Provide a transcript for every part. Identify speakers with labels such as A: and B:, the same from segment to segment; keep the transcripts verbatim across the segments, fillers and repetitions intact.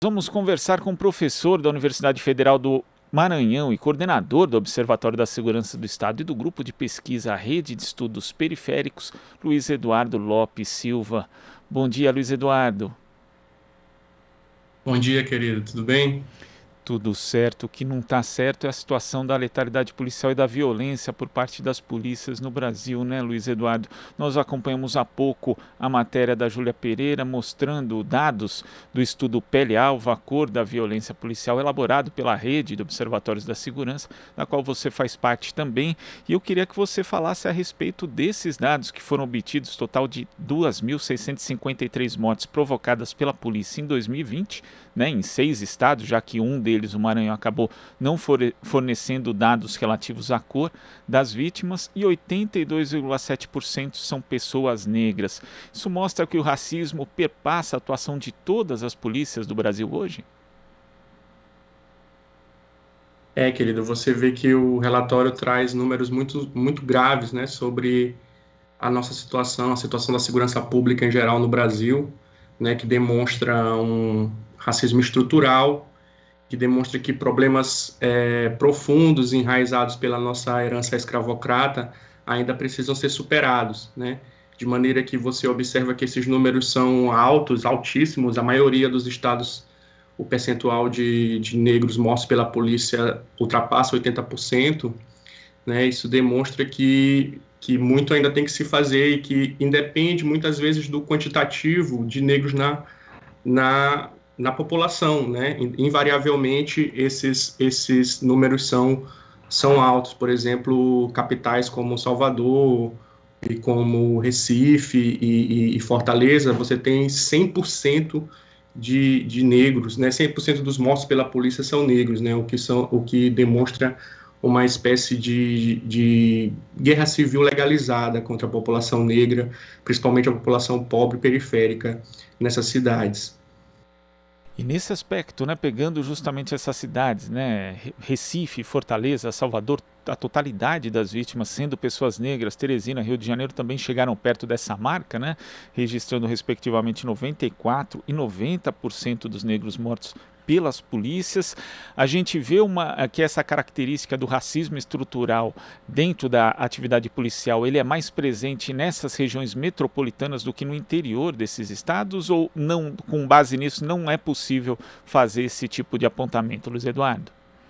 A: Vamos conversar com o professor da Universidade Federal do Maranhão e coordenador do Observatório da Segurança do Estado e do Grupo de Pesquisa Rede de Estudos Periféricos, Luiz Eduardo Lopes Silva. Bom dia, Luiz Eduardo.
B: Bom dia, querido. Tudo bem?
A: Tudo certo. O que não está certo é a situação da letalidade policial e da violência por parte das polícias no Brasil, né, Luiz Eduardo? Nós acompanhamos há pouco a matéria da Júlia Pereira mostrando dados do estudo Pele Alva, a cor da violência policial, elaborado pela Rede de Observatórios da Segurança, da qual você faz parte também. E eu queria que você falasse a respeito desses dados que foram obtidos, total de duas mil seiscentas e cinquenta e três mortes provocadas pela polícia em dois mil e vinte, né, em seis estados, já que um deles, o Maranhão, acabou não fornecendo dados relativos à cor das vítimas, e oitenta e dois vírgula sete por cento são pessoas negras. Isso mostra que o racismo perpassa a atuação de todas as polícias do Brasil hoje?
B: É, querido, você vê que o relatório traz números muito, muito graves, né, sobre a nossa situação, a situação da segurança pública em geral no Brasil, né, que demonstra um racismo estrutural, que demonstra que problemas é, profundos, enraizados pela nossa herança escravocrata, ainda precisam ser superados, né? De maneira que você observa que esses números são altos, altíssimos. A maioria dos estados, o percentual de, de negros mortos pela polícia ultrapassa oitenta por cento, né? Isso demonstra que, que muito ainda tem que se fazer e que independe muitas vezes do quantitativo de negros na, na, na população, né? Invariavelmente, esses, esses números são, são altos. Por exemplo, capitais como Salvador e como Recife e, e, e Fortaleza, você tem cem por cento de, de negros, né? cem por cento dos mortos pela polícia são negros, né? O que, são, o que demonstra uma espécie de, de guerra civil legalizada contra a população negra, principalmente a população pobre e periférica nessas cidades.
A: E nesse aspecto, né, pegando justamente essas cidades, né, Recife, Fortaleza, Salvador, a totalidade das vítimas sendo pessoas negras, Teresina, Rio de Janeiro também chegaram perto dessa marca, né, registrando respectivamente noventa e quatro por cento e noventa por cento dos negros mortos pelas polícias. A gente vê uma, que essa característica do racismo estrutural dentro da atividade policial, ele é mais presente nessas regiões metropolitanas do que no interior desses estados, ou não, com base nisso não é possível fazer esse tipo de apontamento, Luiz Eduardo?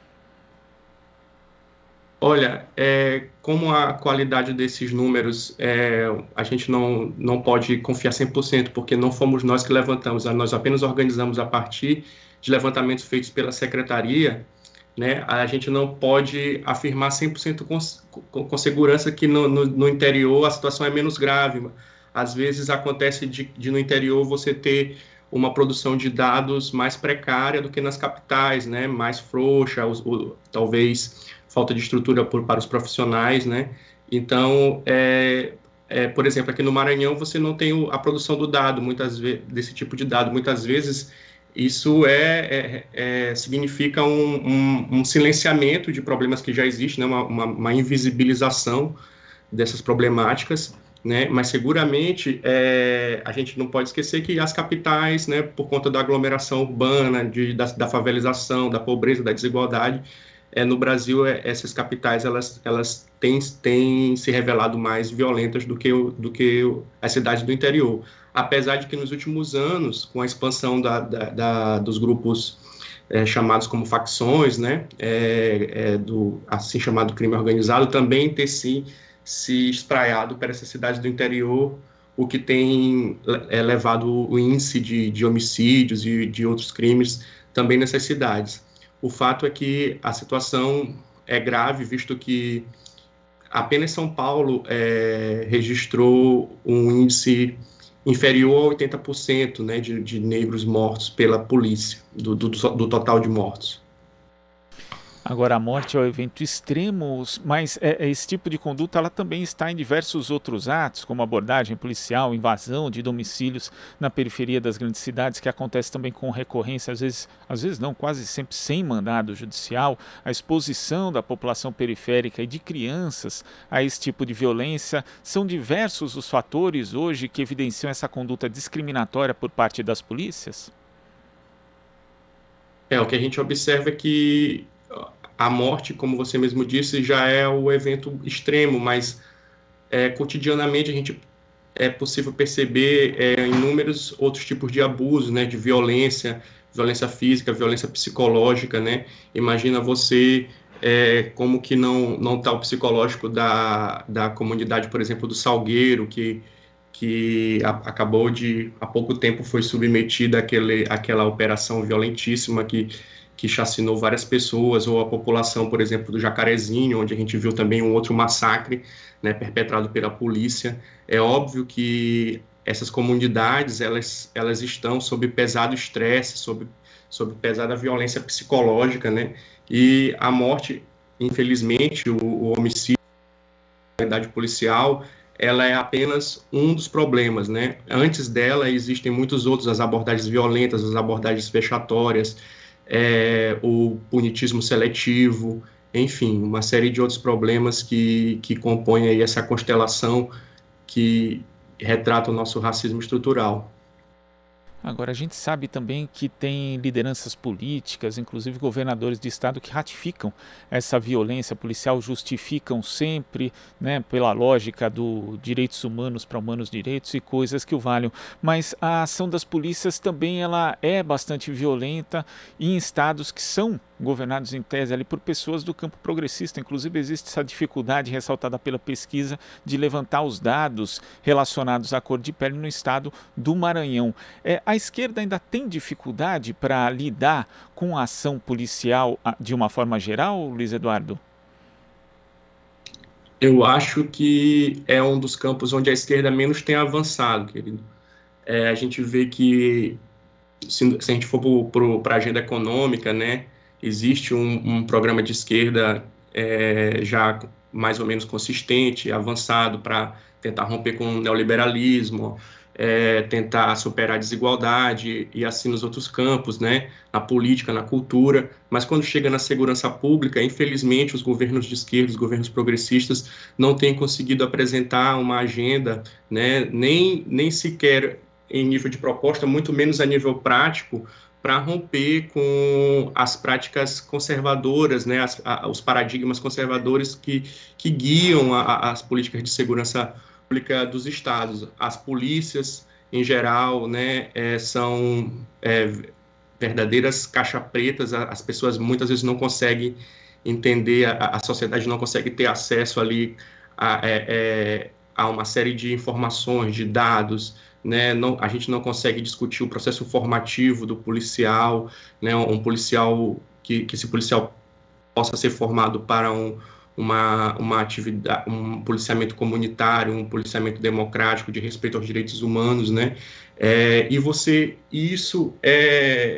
B: Olha, é, como a qualidade desses números, é, a gente não, não pode confiar cem por cento, porque não fomos nós que levantamos, nós apenas organizamos a partir de levantamentos feitos pela secretaria, né? A gente não pode afirmar cem por cento com, com, com segurança que no, no, no interior a situação é menos grave. Às vezes acontece de, de no interior você ter uma produção de dados mais precária do que nas capitais, né? Mais frouxa, os, o, talvez falta de estrutura por, para os profissionais, né? Então, é, é, por exemplo, aqui no Maranhão você não tem a produção do dado, muitas vezes, desse tipo de dado. Muitas vezes isso é, é, é significa um, um, um silenciamento de problemas que já existem, né? uma, uma, uma invisibilização dessas problemáticas, né? Mas seguramente é, a gente não pode esquecer que as capitais, né, por conta da aglomeração urbana, de, da, da favelização, da pobreza, da desigualdade, é, no Brasil, é, essas capitais elas, elas têm, têm se revelado mais violentas do que, do que as cidades do interior. Apesar de que nos últimos anos, com a expansão da, da, da, dos grupos é, chamados como facções, né, é, é, do assim chamado crime organizado, também ter se, se espraiado para essas cidades do interior, o que tem é, levado o índice de, de homicídios e de outros crimes também nessas cidades. O fato é que a situação é grave, visto que apenas São Paulo é, registrou um índice inferior a oitenta por cento, né, de, de negros mortos pela polícia, do, do, do total de mortos.
A: Agora, a morte é um evento extremo, mas é, é, esse tipo de conduta ela também está em diversos outros atos, como abordagem policial, invasão de domicílios na periferia das grandes cidades, que acontece também com recorrência, às vezes, às vezes não, quase sempre sem mandado judicial, a exposição da população periférica e de crianças a esse tipo de violência. São diversos os fatores hoje que evidenciam essa conduta discriminatória por parte das polícias?
B: É, o que a gente observa é que a morte, como você mesmo disse, já é o evento extremo, mas é, cotidianamente a gente é possível perceber é, inúmeros outros tipos de abuso, né, de violência, violência física, violência psicológica, né? Imagina você é, como que não não está o psicológico da, da comunidade, por exemplo, do Salgueiro, que que a, acabou de há pouco tempo foi submetida àquele, àquela operação violentíssima que que chacinou várias pessoas, ou a população, por exemplo, do Jacarezinho, onde a gente viu também um outro massacre, né, perpetrado pela polícia. É óbvio que essas comunidades, elas, elas estão sob pesado estresse, sob, sob pesada violência psicológica, né, e a morte, infelizmente, o, o homicídio, a realidade policial, ela é apenas um dos problemas, né? Antes dela existem muitos outros, as abordagens violentas, as abordagens fechatórias, é, o punitismo seletivo, enfim, uma série de outros problemas que, que compõem aí essa constelação que retrata o nosso racismo estrutural.
A: Agora, a gente sabe também que tem lideranças políticas, inclusive governadores de estado, que ratificam essa violência policial, justificam sempre, né, pela lógica do direitos humanos para humanos direitos e coisas que o valham. Mas a ação das polícias também ela é bastante violenta em estados que são governados em tese ali por pessoas do campo progressista. Inclusive existe essa dificuldade ressaltada pela pesquisa de levantar os dados relacionados à cor de pele no estado do Maranhão. É, a esquerda ainda tem dificuldade para lidar com a ação policial de uma forma geral, Luiz Eduardo?
B: Eu acho que é um dos campos onde a esquerda menos tem avançado, querido. É, a gente vê que, se, se a gente for para a agenda econômica, né, existe um, um programa de esquerda é, já mais ou menos consistente, avançado, para tentar romper com o neoliberalismo, é, tentar superar a desigualdade e assim nos outros campos, né, na política, na cultura, mas quando chega na segurança pública, infelizmente, os governos de esquerda, os governos progressistas, não têm conseguido apresentar uma agenda, né, nem, nem sequer em nível de proposta, muito menos a nível prático, para romper com as práticas conservadoras, né, as, a, os paradigmas conservadores que, que guiam a, a, as políticas de segurança pública dos estados. As polícias, em geral, né, é, são é, verdadeiras caixa pretas, as pessoas muitas vezes não conseguem entender, a, a sociedade não consegue ter acesso ali a, é, é, a uma série de informações, de dados, né? Não, a gente não consegue discutir o processo formativo do policial, né? Um policial que, que esse policial possa ser formado para um, uma, uma atividade, um policiamento comunitário, um policiamento democrático de respeito aos direitos humanos, né? É, e você, isso é,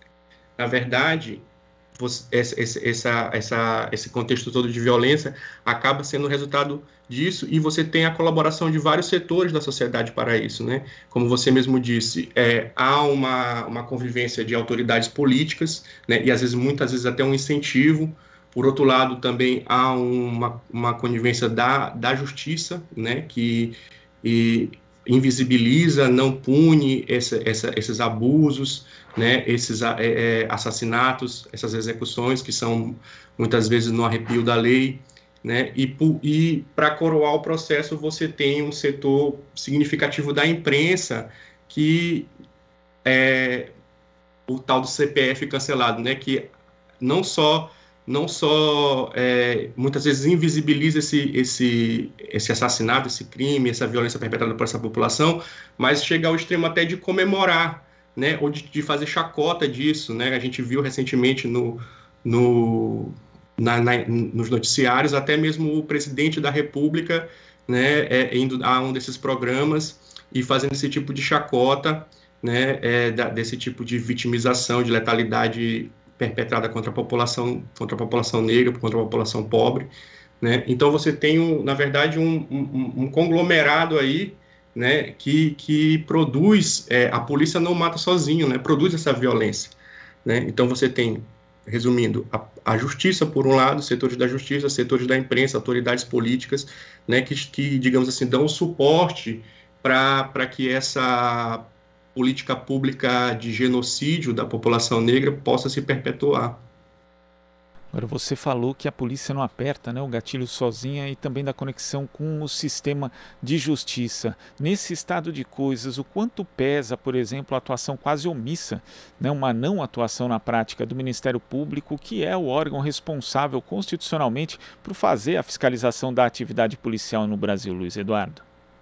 B: na verdade, você, essa, essa, essa, esse contexto todo de violência acaba sendo resultado disso, e você tem a colaboração de vários setores da sociedade para isso, né? Como você mesmo disse, é, há uma, uma convivência de autoridades políticas, né? E às vezes, muitas vezes até um incentivo. Por outro lado, também há uma, uma conivência da, da justiça, né? Que e, invisibiliza, não pune essa, essa, esses abusos, né, esses é, é, assassinatos, essas execuções que são muitas vezes no arrepio da lei, né, e, e para coroar o processo você tem um setor significativo da imprensa que é o tal do C P F cancelado, né, que não só não só é, muitas vezes invisibiliza esse, esse, esse assassinato, esse crime, essa violência perpetrada por essa população, mas chega ao extremo até de comemorar, né, ou de, de fazer chacota disso, né? A gente viu recentemente no, no, na, na, nos noticiários, até mesmo o presidente da República, né, é, indo a um desses programas e fazendo esse tipo de chacota, né, é, da, desse tipo de vitimização, de letalidade perpetrada contra a população, contra a população negra, contra a população pobre, né? Então você tem, um, na verdade, um, um, um conglomerado aí, né, que, que produz, é, a polícia não mata sozinho, né, produz essa violência, né? Então você tem, resumindo, a, a justiça por um lado, setores da justiça, setores da imprensa, autoridades políticas, né, que, que digamos assim, dão suporte para que essa política pública de genocídio da população negra possa se perpetuar.
A: Agora, você falou que a polícia não aperta, né, o gatilho sozinha e também da conexão com o sistema de justiça. Nesse estado de coisas, o quanto pesa, por exemplo, a atuação quase omissa, né, uma não atuação na prática do Ministério Público, que é o órgão responsável constitucionalmente por fazer a fiscalização da atividade policial no Brasil, Luiz Eduardo?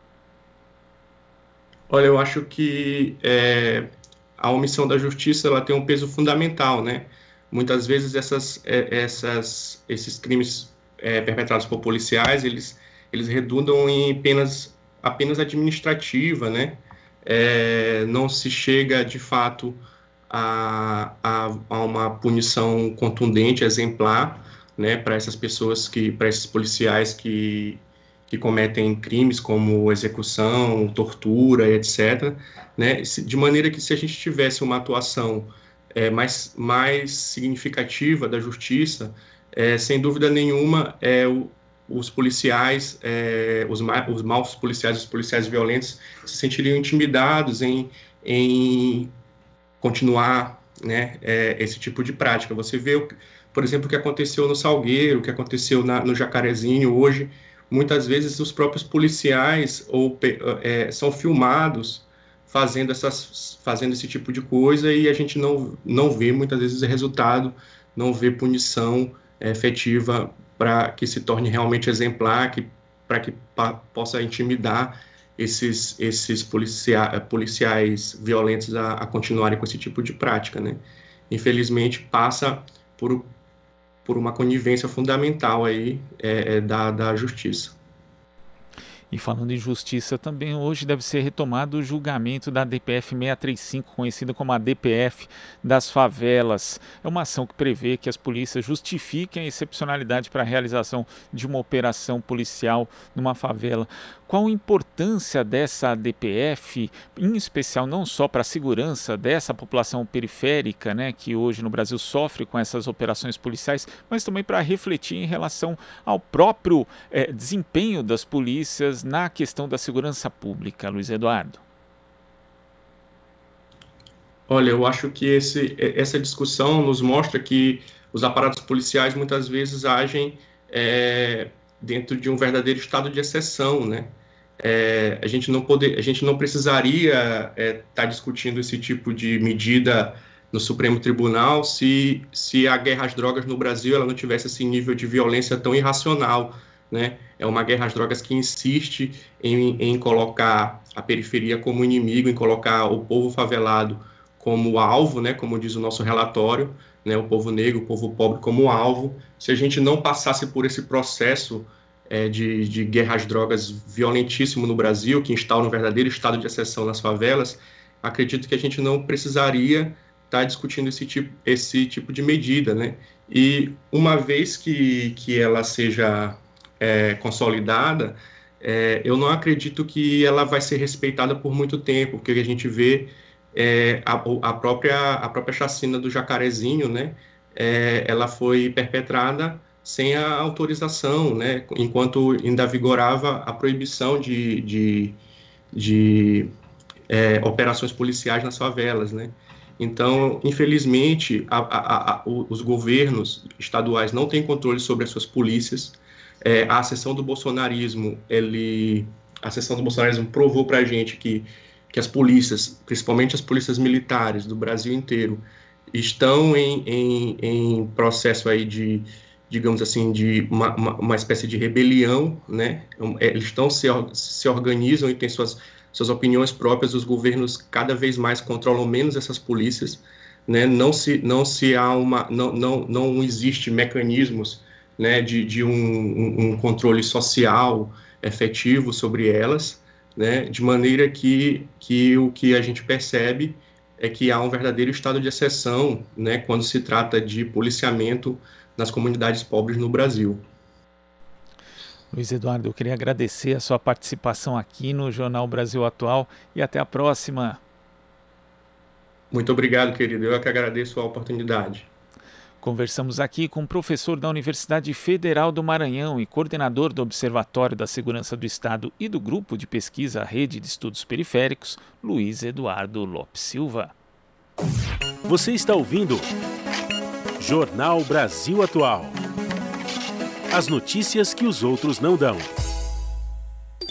B: Olha, eu acho que é, a omissão da justiça ela tem um peso fundamental, né? Muitas vezes essas, essas, esses crimes é, perpetrados por policiais, eles, eles redundam em penas apenas administrativa, né? É, não se chega, de fato, a, a, a uma punição contundente, exemplar, né, para essas pessoas, que, para esses policiais que, que cometem crimes como execução, tortura, etcétera, né? De maneira que, se a gente tivesse uma atuação É, mais, mais significativa da justiça, é, sem dúvida nenhuma, é, o, os policiais, é, os, ma os maus policiais, os policiais violentos, se sentiriam intimidados em, em continuar, né, é, esse tipo de prática. Você vê, por exemplo, o que aconteceu no Salgueiro, o que aconteceu na, no Jacarezinho hoje. Muitas vezes os próprios policiais ou, é, são filmados fazendo, essas, fazendo esse tipo de coisa, e a gente não, não vê muitas vezes resultado, não vê punição é, efetiva para que se torne realmente exemplar, que, para que pa, possa intimidar esses, esses policia, policiais violentos a, a continuarem com esse tipo de prática, né? Infelizmente, passa por, por uma conivência fundamental aí, é, é, da, da justiça.
A: E falando em justiça, também hoje deve ser retomado o julgamento da D P F seiscentos e trinta e cinco, conhecida como a D P F das favelas. É uma ação que prevê que as polícias justifiquem a excepcionalidade para a realização de uma operação policial numa favela. Qual a importância dessa D P F, em especial não só para a segurança dessa população periférica, né, que hoje no Brasil sofre com essas operações policiais, mas também para refletir em relação ao próprio eh, desempenho das polícias na questão da segurança pública, Luiz Eduardo?
B: Olha, eu acho que esse, essa discussão nos mostra que os aparatos policiais muitas vezes agem é, dentro de um verdadeiro estado de exceção, né? É, a gente não poder, a gente não precisaria estar é, tá discutindo esse tipo de medida no Supremo Tribunal se, se a guerra às drogas no Brasil ela não tivesse esse nível de violência tão irracional, né? É uma guerra às drogas que insiste em, em colocar a periferia como inimigo, em colocar o povo favelado como alvo, né? Como diz o nosso relatório, né? O povo negro, o povo pobre como alvo. Se a gente não passasse por esse processo é, de, de guerra às drogas violentíssimo no Brasil, que instaura um verdadeiro estado de exceção nas favelas, acredito que a gente não precisaria estar discutindo esse tipo, esse tipo de medida, né? E uma vez que, que ela seja É, consolidada, é, eu não acredito que ela vai ser respeitada por muito tempo, porque a gente vê é, a, a, própria, a própria chacina do Jacarezinho, né, é, ela foi perpetrada sem a autorização, né, enquanto ainda vigorava a proibição de, de, de é, operações policiais nas favelas, né. Então, infelizmente, a, a, a, os governos estaduais não têm controle sobre as suas polícias. É, a ascensão do bolsonarismo, ele, a ascensão do bolsonarismo provou para a gente que, que as polícias, principalmente as polícias militares do Brasil inteiro, estão em, em, em processo aí de, digamos assim, de uma, uma, uma espécie de rebelião, né? Eles estão se, se organizam e têm suas, suas opiniões próprias. Os governos cada vez mais controlam menos essas polícias, né? Não se, não se há uma, não, não, não existe mecanismos, né, de, de um, um controle social efetivo sobre elas, né, de maneira que, que o que a gente percebe é que há um verdadeiro estado de exceção, né, quando se trata de policiamento nas comunidades pobres no Brasil.
A: Luiz Eduardo, eu queria agradecer a sua participação aqui no Jornal Brasil Atual e até a próxima.
B: Muito obrigado, querido. Eu é que agradeço a oportunidade.
A: Conversamos aqui com o professor da Universidade Federal do Maranhão e coordenador do Observatório da Segurança do Estado e do Grupo de Pesquisa Rede de Estudos Periféricos, Luiz Eduardo Lopes Silva.
C: Você está ouvindo Jornal Brasil Atual. As notícias que os outros não dão.